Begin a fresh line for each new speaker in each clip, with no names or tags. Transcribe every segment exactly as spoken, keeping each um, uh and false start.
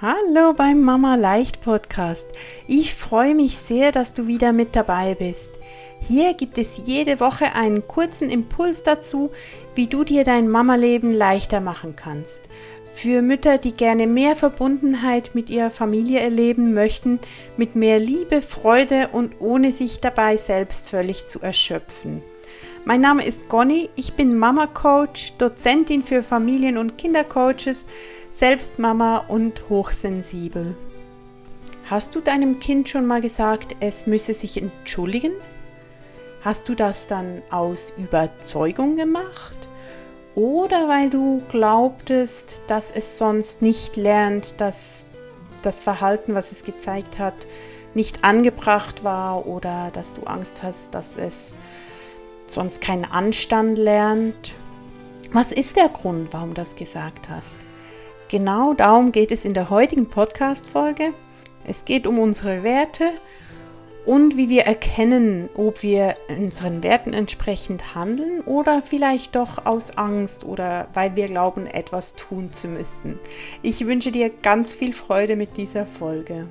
Hallo beim Mama Leicht Podcast. Ich freue mich sehr, dass du wieder mit dabei bist. Hier gibt es jede Woche einen kurzen Impuls dazu, wie du dir dein Mama-Leben leichter machen kannst. Für Mütter, die gerne mehr Verbundenheit mit ihrer Familie erleben möchten, mit mehr Liebe, Freude und ohne sich dabei selbst völlig zu erschöpfen. Mein Name ist Conny, ich bin Mama-Coach, Dozentin für Familien- und Kindercoaches, selbst Mama und hochsensibel. Hast du deinem Kind schon mal gesagt, es müsse sich entschuldigen? Hast du das dann aus Überzeugung gemacht? Oder weil du glaubtest, dass es sonst nicht lernt, dass das Verhalten, was es gezeigt hat, nicht angebracht war oder dass du Angst hast, dass es sonst keinen Anstand lernt? Was ist der Grund, warum du das gesagt hast? Genau darum geht es in der heutigen Podcast-Folge. Es geht um unsere Werte und wie wir erkennen, ob wir unseren Werten entsprechend handeln oder vielleicht doch aus Angst oder weil wir glauben, etwas tun zu müssen. Ich wünsche dir ganz viel Freude mit dieser Folge.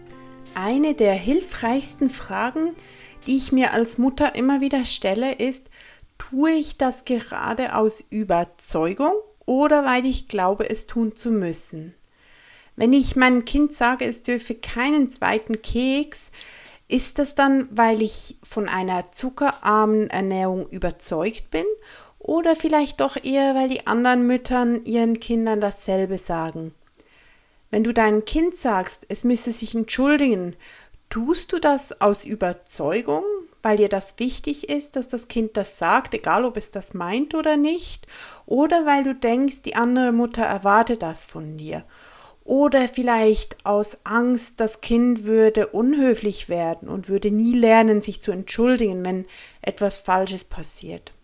Eine der hilfreichsten Fragen, die ich mir als Mutter immer wieder stelle, ist: Tue ich das gerade aus Überzeugung oder weil ich glaube, es tun zu müssen? Wenn ich meinem Kind sage, es dürfe keinen zweiten Keks, ist das dann, weil ich von einer zuckerarmen Ernährung überzeugt bin oder vielleicht doch eher, weil die anderen Müttern ihren Kindern dasselbe sagen? Wenn du deinem Kind sagst, es müsse sich entschuldigen, tust du das aus Überzeugung, weil dir das wichtig ist, dass das Kind das sagt, egal ob es das meint oder nicht, oder weil du denkst, die andere Mutter erwartet das von dir? Oder vielleicht aus Angst, das Kind würde unhöflich werden und würde nie lernen, sich zu entschuldigen, wenn etwas Falsches passiert.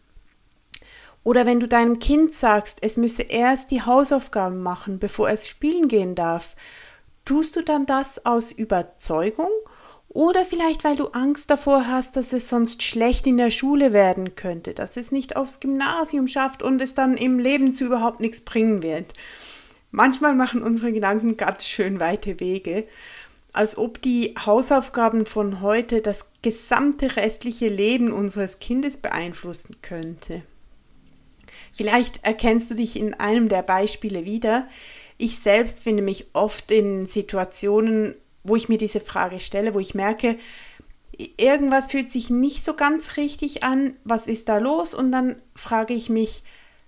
Oder wenn du deinem Kind sagst, es müsse erst die Hausaufgaben machen, bevor es spielen gehen darf, tust du dann das aus Überzeugung? Oder vielleicht, weil du Angst davor hast, dass es sonst schlecht in der Schule werden könnte, dass es nicht aufs Gymnasium schafft und es dann im Leben zu überhaupt nichts bringen wird. Manchmal machen unsere Gedanken ganz schön weite Wege, als ob die Hausaufgaben von heute das gesamte restliche Leben unseres Kindes beeinflussen könnte. Vielleicht erkennst du dich in einem der Beispiele wieder. Ich selbst finde mich oft in Situationen, wo ich mir diese Frage stelle, wo ich merke, irgendwas fühlt sich nicht so ganz richtig an, was ist da los? Und dann frage ich mich,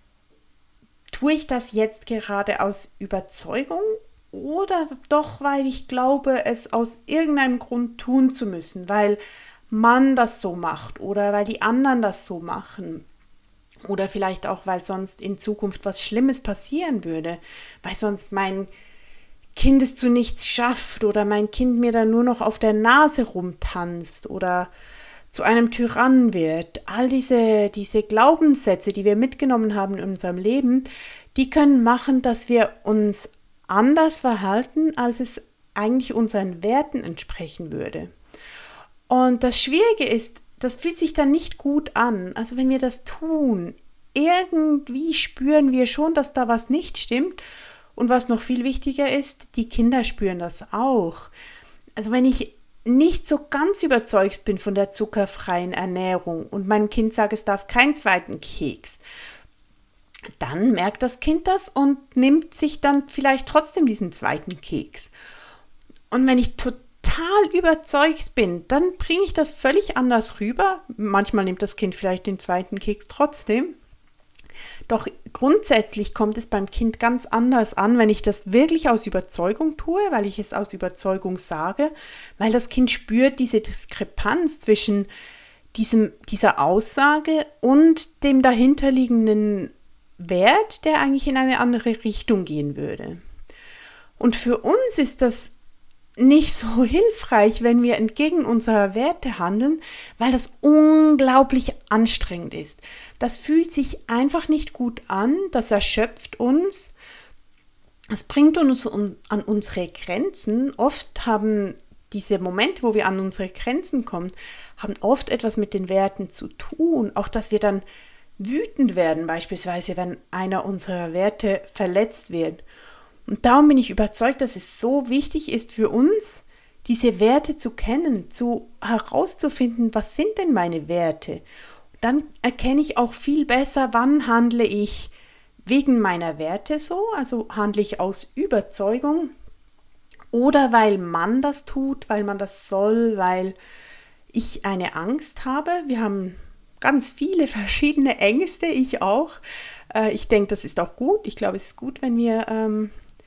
tue ich das jetzt gerade aus Überzeugung oder doch, weil ich glaube, es aus irgendeinem Grund tun zu müssen, weil man das so macht oder weil die anderen das so machen? Oder vielleicht auch, weil sonst in Zukunft was Schlimmes passieren würde, weil sonst mein Kind es zu nichts schafft oder mein Kind mir dann nur noch auf der Nase rumtanzt oder zu einem Tyrannen wird. All diese, diese Glaubenssätze, die wir mitgenommen haben in unserem Leben, die können machen, dass wir uns anders verhalten, als es eigentlich unseren Werten entsprechen würde. Und das Schwierige ist, das fühlt sich dann nicht gut an. Also wenn wir das tun, irgendwie spüren wir schon, dass da was nicht stimmt. Und was noch viel wichtiger ist, die Kinder spüren das auch. Also wenn ich nicht so ganz überzeugt bin von der zuckerfreien Ernährung und meinem Kind sage, es darf keinen zweiten Keks, dann merkt das Kind das und nimmt sich dann vielleicht trotzdem diesen zweiten Keks. Und wenn ich total überzeugt bin, dann bringe ich das völlig anders rüber. Manchmal nimmt das Kind vielleicht den zweiten Keks trotzdem. Doch grundsätzlich kommt es beim Kind ganz anders an, wenn ich das wirklich aus Überzeugung tue, weil ich es aus Überzeugung sage, weil das Kind spürt diese Diskrepanz zwischen diesem, dieser Aussage und dem dahinterliegenden Wert, der eigentlich in eine andere Richtung gehen würde. Und für uns ist das nicht so hilfreich, wenn wir entgegen unserer Werte handeln, weil das unglaublich anstrengend ist. Das fühlt sich einfach nicht gut an, das erschöpft uns, es bringt uns an unsere Grenzen. Oft haben diese Momente, wo wir an unsere Grenzen kommen, haben oft etwas mit den Werten zu tun, auch dass wir dann wütend werden, beispielsweise wenn einer unserer Werte verletzt wird. Und darum bin ich überzeugt, dass es so wichtig ist für uns, diese Werte zu kennen, zu herauszufinden, was sind denn meine Werte? Dann erkenne ich auch viel besser, wann handle ich wegen meiner Werte so, also handle ich aus Überzeugung oder weil man das tut, weil man das soll, weil ich eine Angst habe. Wir haben ganz viele verschiedene Ängste, ich auch. Äh, ich denke, das ist auch gut. Ich glaube, es ist gut, wenn wir ähm,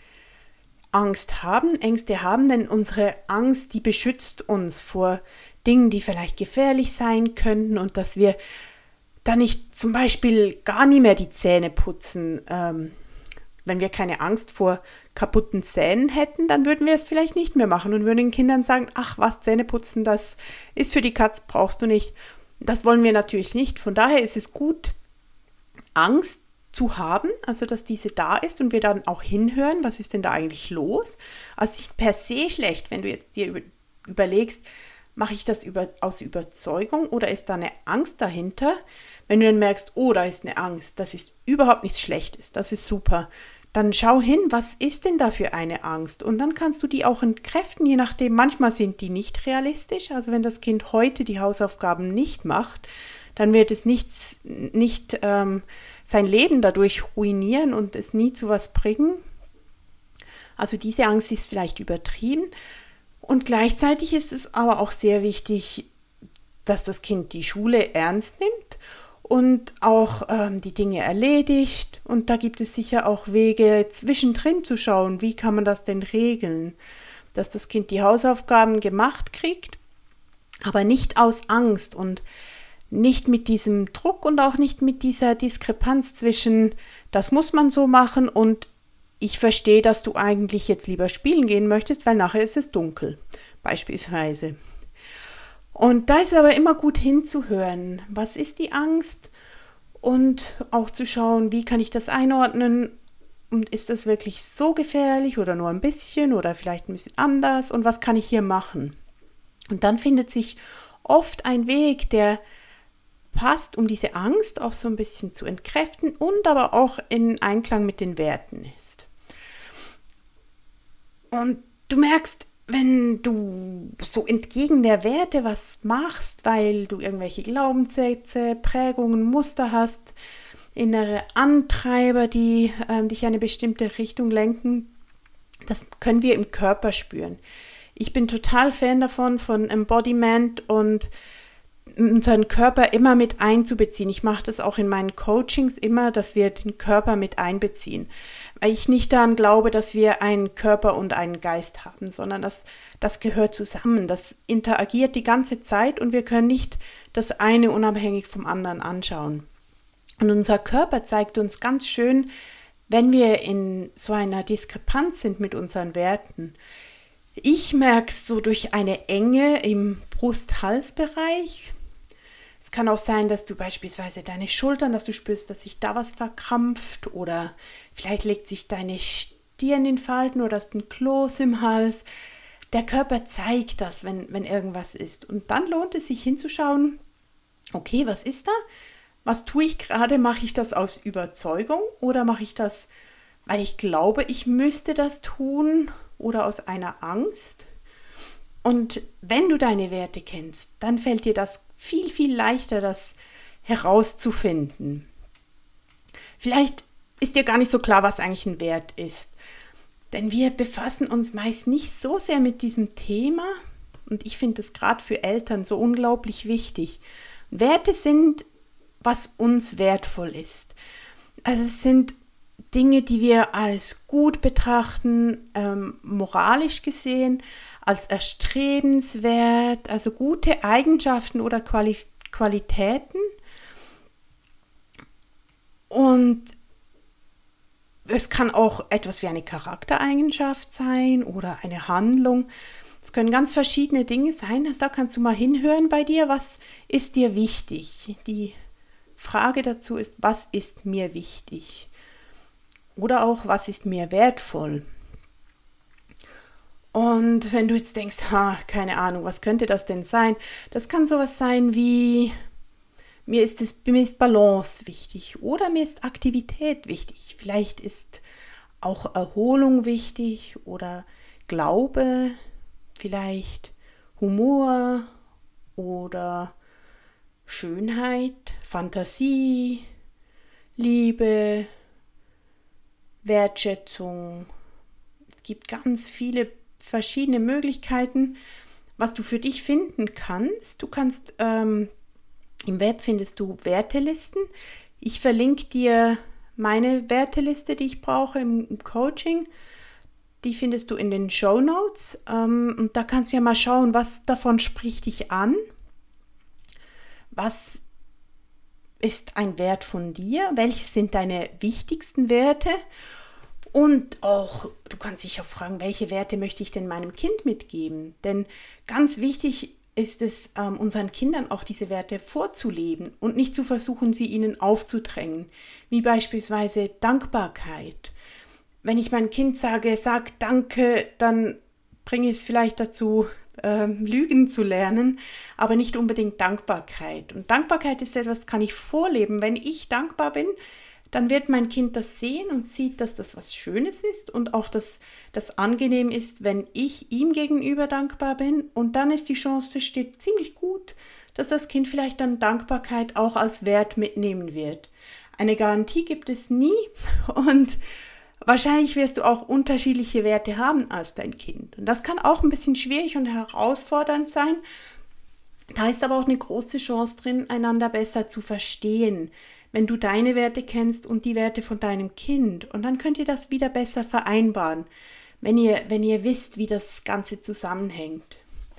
Angst haben, Ängste haben, denn unsere Angst, die beschützt uns vor Dingen, die vielleicht gefährlich sein könnten und dass wir da nicht zum Beispiel gar nie mehr die Zähne putzen. Ähm, wenn wir keine Angst vor kaputten Zähnen hätten, dann würden wir es vielleicht nicht mehr machen und würden den Kindern sagen, ach was, Zähne putzen, das ist für die Katz, brauchst du nicht. Das wollen wir natürlich nicht. Von daher ist es gut, Angst zu haben, also dass diese da ist und wir dann auch hinhören, was ist denn da eigentlich los. Also nicht per se schlecht, wenn du jetzt dir über, überlegst, mache ich das über, aus Überzeugung oder ist da eine Angst dahinter? Wenn du dann merkst, oh, da ist eine Angst, das ist überhaupt nichts Schlechtes, das ist super, dann schau hin, was ist denn da für eine Angst? Und dann kannst du die auch entkräften, je nachdem, manchmal sind die nicht realistisch, also wenn das Kind heute die Hausaufgaben nicht macht, dann wird es nichts, nicht ähm, sein Leben dadurch ruinieren und es nie zu was bringen. Also diese Angst ist vielleicht übertrieben. Und gleichzeitig ist es aber auch sehr wichtig, dass das Kind die Schule ernst nimmt und auch ähm, die Dinge erledigt. Und da gibt es sicher auch Wege, zwischendrin zu schauen, wie kann man das denn regeln, dass das Kind die Hausaufgaben gemacht kriegt, aber nicht aus Angst und nicht mit diesem Druck und auch nicht mit dieser Diskrepanz zwischen, das muss man so machen und ich verstehe, dass du eigentlich jetzt lieber spielen gehen möchtest, weil nachher ist es dunkel, beispielsweise. Und da ist aber immer gut hinzuhören, was ist die Angst und auch zu schauen, wie kann ich das einordnen und ist das wirklich so gefährlich oder nur ein bisschen oder vielleicht ein bisschen anders und was kann ich hier machen? Und dann findet sich oft ein Weg, der passt, um diese Angst auch so ein bisschen zu entkräften und aber auch in Einklang mit den Werten ist. Und du merkst, wenn du so entgegen der Werte was machst, weil du irgendwelche Glaubenssätze, Prägungen, Muster hast, innere Antreiber, die äh, dich in eine bestimmte Richtung lenken, das können wir im Körper spüren. Ich bin total Fan davon, von Embodiment und unseren Körper immer mit einzubeziehen. Ich mache das auch in meinen Coachings immer, dass wir den Körper mit einbeziehen. Weil ich nicht daran glaube, dass wir einen Körper und einen Geist haben, sondern das, das gehört zusammen. Das interagiert die ganze Zeit und wir können nicht das eine unabhängig vom anderen anschauen. Und unser Körper zeigt uns ganz schön, wenn wir in so einer Diskrepanz sind mit unseren Werten. Ich merke es so durch eine Enge im Brust-Hals-Bereich. Es kann auch sein, dass du beispielsweise deine Schultern, dass du spürst, dass sich da was verkrampft oder vielleicht legt sich deine Stirn in Falten oder hast ein Kloß im Hals. Der Körper zeigt das, wenn, wenn irgendwas ist. Und dann lohnt es sich hinzuschauen, okay, was ist da? Was tue ich gerade? Mache ich das aus Überzeugung oder mache ich das, weil ich glaube, ich müsste das tun oder aus einer Angst? Und wenn du deine Werte kennst, dann fällt dir das viel, viel leichter, das herauszufinden. Vielleicht ist dir gar nicht so klar, was eigentlich ein Wert ist. Denn wir befassen uns meist nicht so sehr mit diesem Thema. Und ich finde es gerade für Eltern so unglaublich wichtig. Werte sind, was uns wertvoll ist. Also es sind Dinge, die wir als gut betrachten, ähm, moralisch gesehen, als erstrebenswert, also gute Eigenschaften oder Quali- Qualitäten. Und es kann auch etwas wie eine Charaktereigenschaft sein oder eine Handlung. Es können ganz verschiedene Dinge sein. Also da kannst du mal hinhören bei dir, was ist dir wichtig? Die Frage dazu ist, was ist mir wichtig? Oder auch, was ist mir wertvoll? Und wenn du jetzt denkst, ha, keine Ahnung, was könnte das denn sein? Das kann sowas sein wie, mir ist, es, mir ist Balance wichtig oder mir ist Aktivität wichtig. Vielleicht ist auch Erholung wichtig oder Glaube, vielleicht Humor oder Schönheit, Fantasie, Liebe, Wertschätzung. Es gibt ganz viele verschiedene Möglichkeiten, was du für dich finden kannst. Du kannst, ähm, im Web findest du Wertelisten. Ich verlinke dir meine Werteliste, die ich brauche im, im Coaching. Die findest du in den Shownotes. Ähm, und da kannst du ja mal schauen, was davon spricht dich an. Was ist ein Wert von dir? Welche sind deine wichtigsten Werte? Und auch, du kannst dich auch fragen, welche Werte möchte ich denn meinem Kind mitgeben? Denn ganz wichtig ist es, ähm, unseren Kindern auch diese Werte vorzuleben und nicht zu versuchen, sie ihnen aufzudrängen. Wie beispielsweise Dankbarkeit. Wenn ich meinem Kind sage, sag Danke, dann bringe ich es vielleicht dazu, äh, Lügen zu lernen, aber nicht unbedingt Dankbarkeit. Und Dankbarkeit ist etwas, das kann ich vorleben. Wenn ich dankbar bin, dann wird mein Kind das sehen und sieht, dass das was Schönes ist und auch, dass das angenehm ist, wenn ich ihm gegenüber dankbar bin. Und dann ist die Chance, steht ziemlich gut, dass das Kind vielleicht dann Dankbarkeit auch als Wert mitnehmen wird. Eine Garantie gibt es nie und wahrscheinlich wirst du auch unterschiedliche Werte haben als dein Kind. Und das kann auch ein bisschen schwierig und herausfordernd sein. Da ist aber auch eine große Chance drin, einander besser zu verstehen, wenn du deine Werte kennst und die Werte von deinem Kind. Und dann könnt ihr das wieder besser vereinbaren, wenn ihr, wenn ihr wisst, wie das Ganze zusammenhängt.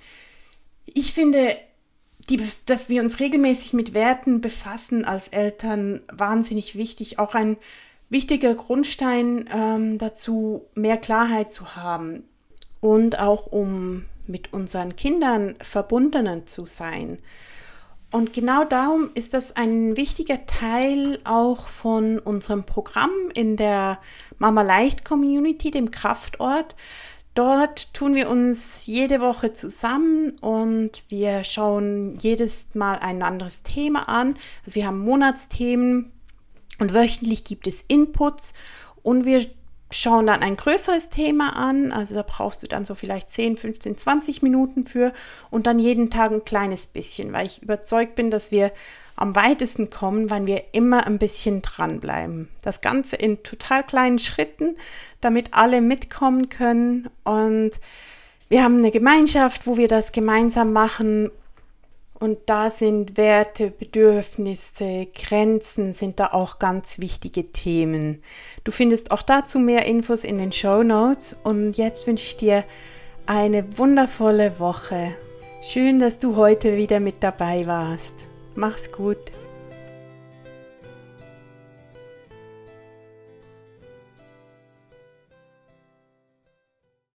Ich finde, die, dass wir uns regelmäßig mit Werten befassen als Eltern, wahnsinnig wichtig. Auch ein wichtiger Grundstein ähm, dazu, mehr Klarheit zu haben und auch um mit unseren Kindern verbundener zu sein. Und genau darum ist das ein wichtiger Teil auch von unserem Programm in der Mama Leicht Community, dem Kraftort. Dort tun wir uns jede Woche zusammen und wir schauen jedes Mal ein anderes Thema an. Also wir haben Monatsthemen und wöchentlich gibt es Inputs und wir schauen dann ein größeres Thema an, also da brauchst du dann so vielleicht zehn, fünfzehn, zwanzig Minuten für und dann jeden Tag ein kleines bisschen, weil ich überzeugt bin, dass wir am weitesten kommen, wenn wir immer ein bisschen dranbleiben. Das Ganze in total kleinen Schritten, damit alle mitkommen können und wir haben eine Gemeinschaft, wo wir das gemeinsam machen. Und da sind Werte, Bedürfnisse, Grenzen sind da auch ganz wichtige Themen. Du findest auch dazu mehr Infos in den Shownotes. Und jetzt wünsche ich dir eine wundervolle Woche. Schön, dass du heute wieder mit dabei warst. Mach's gut.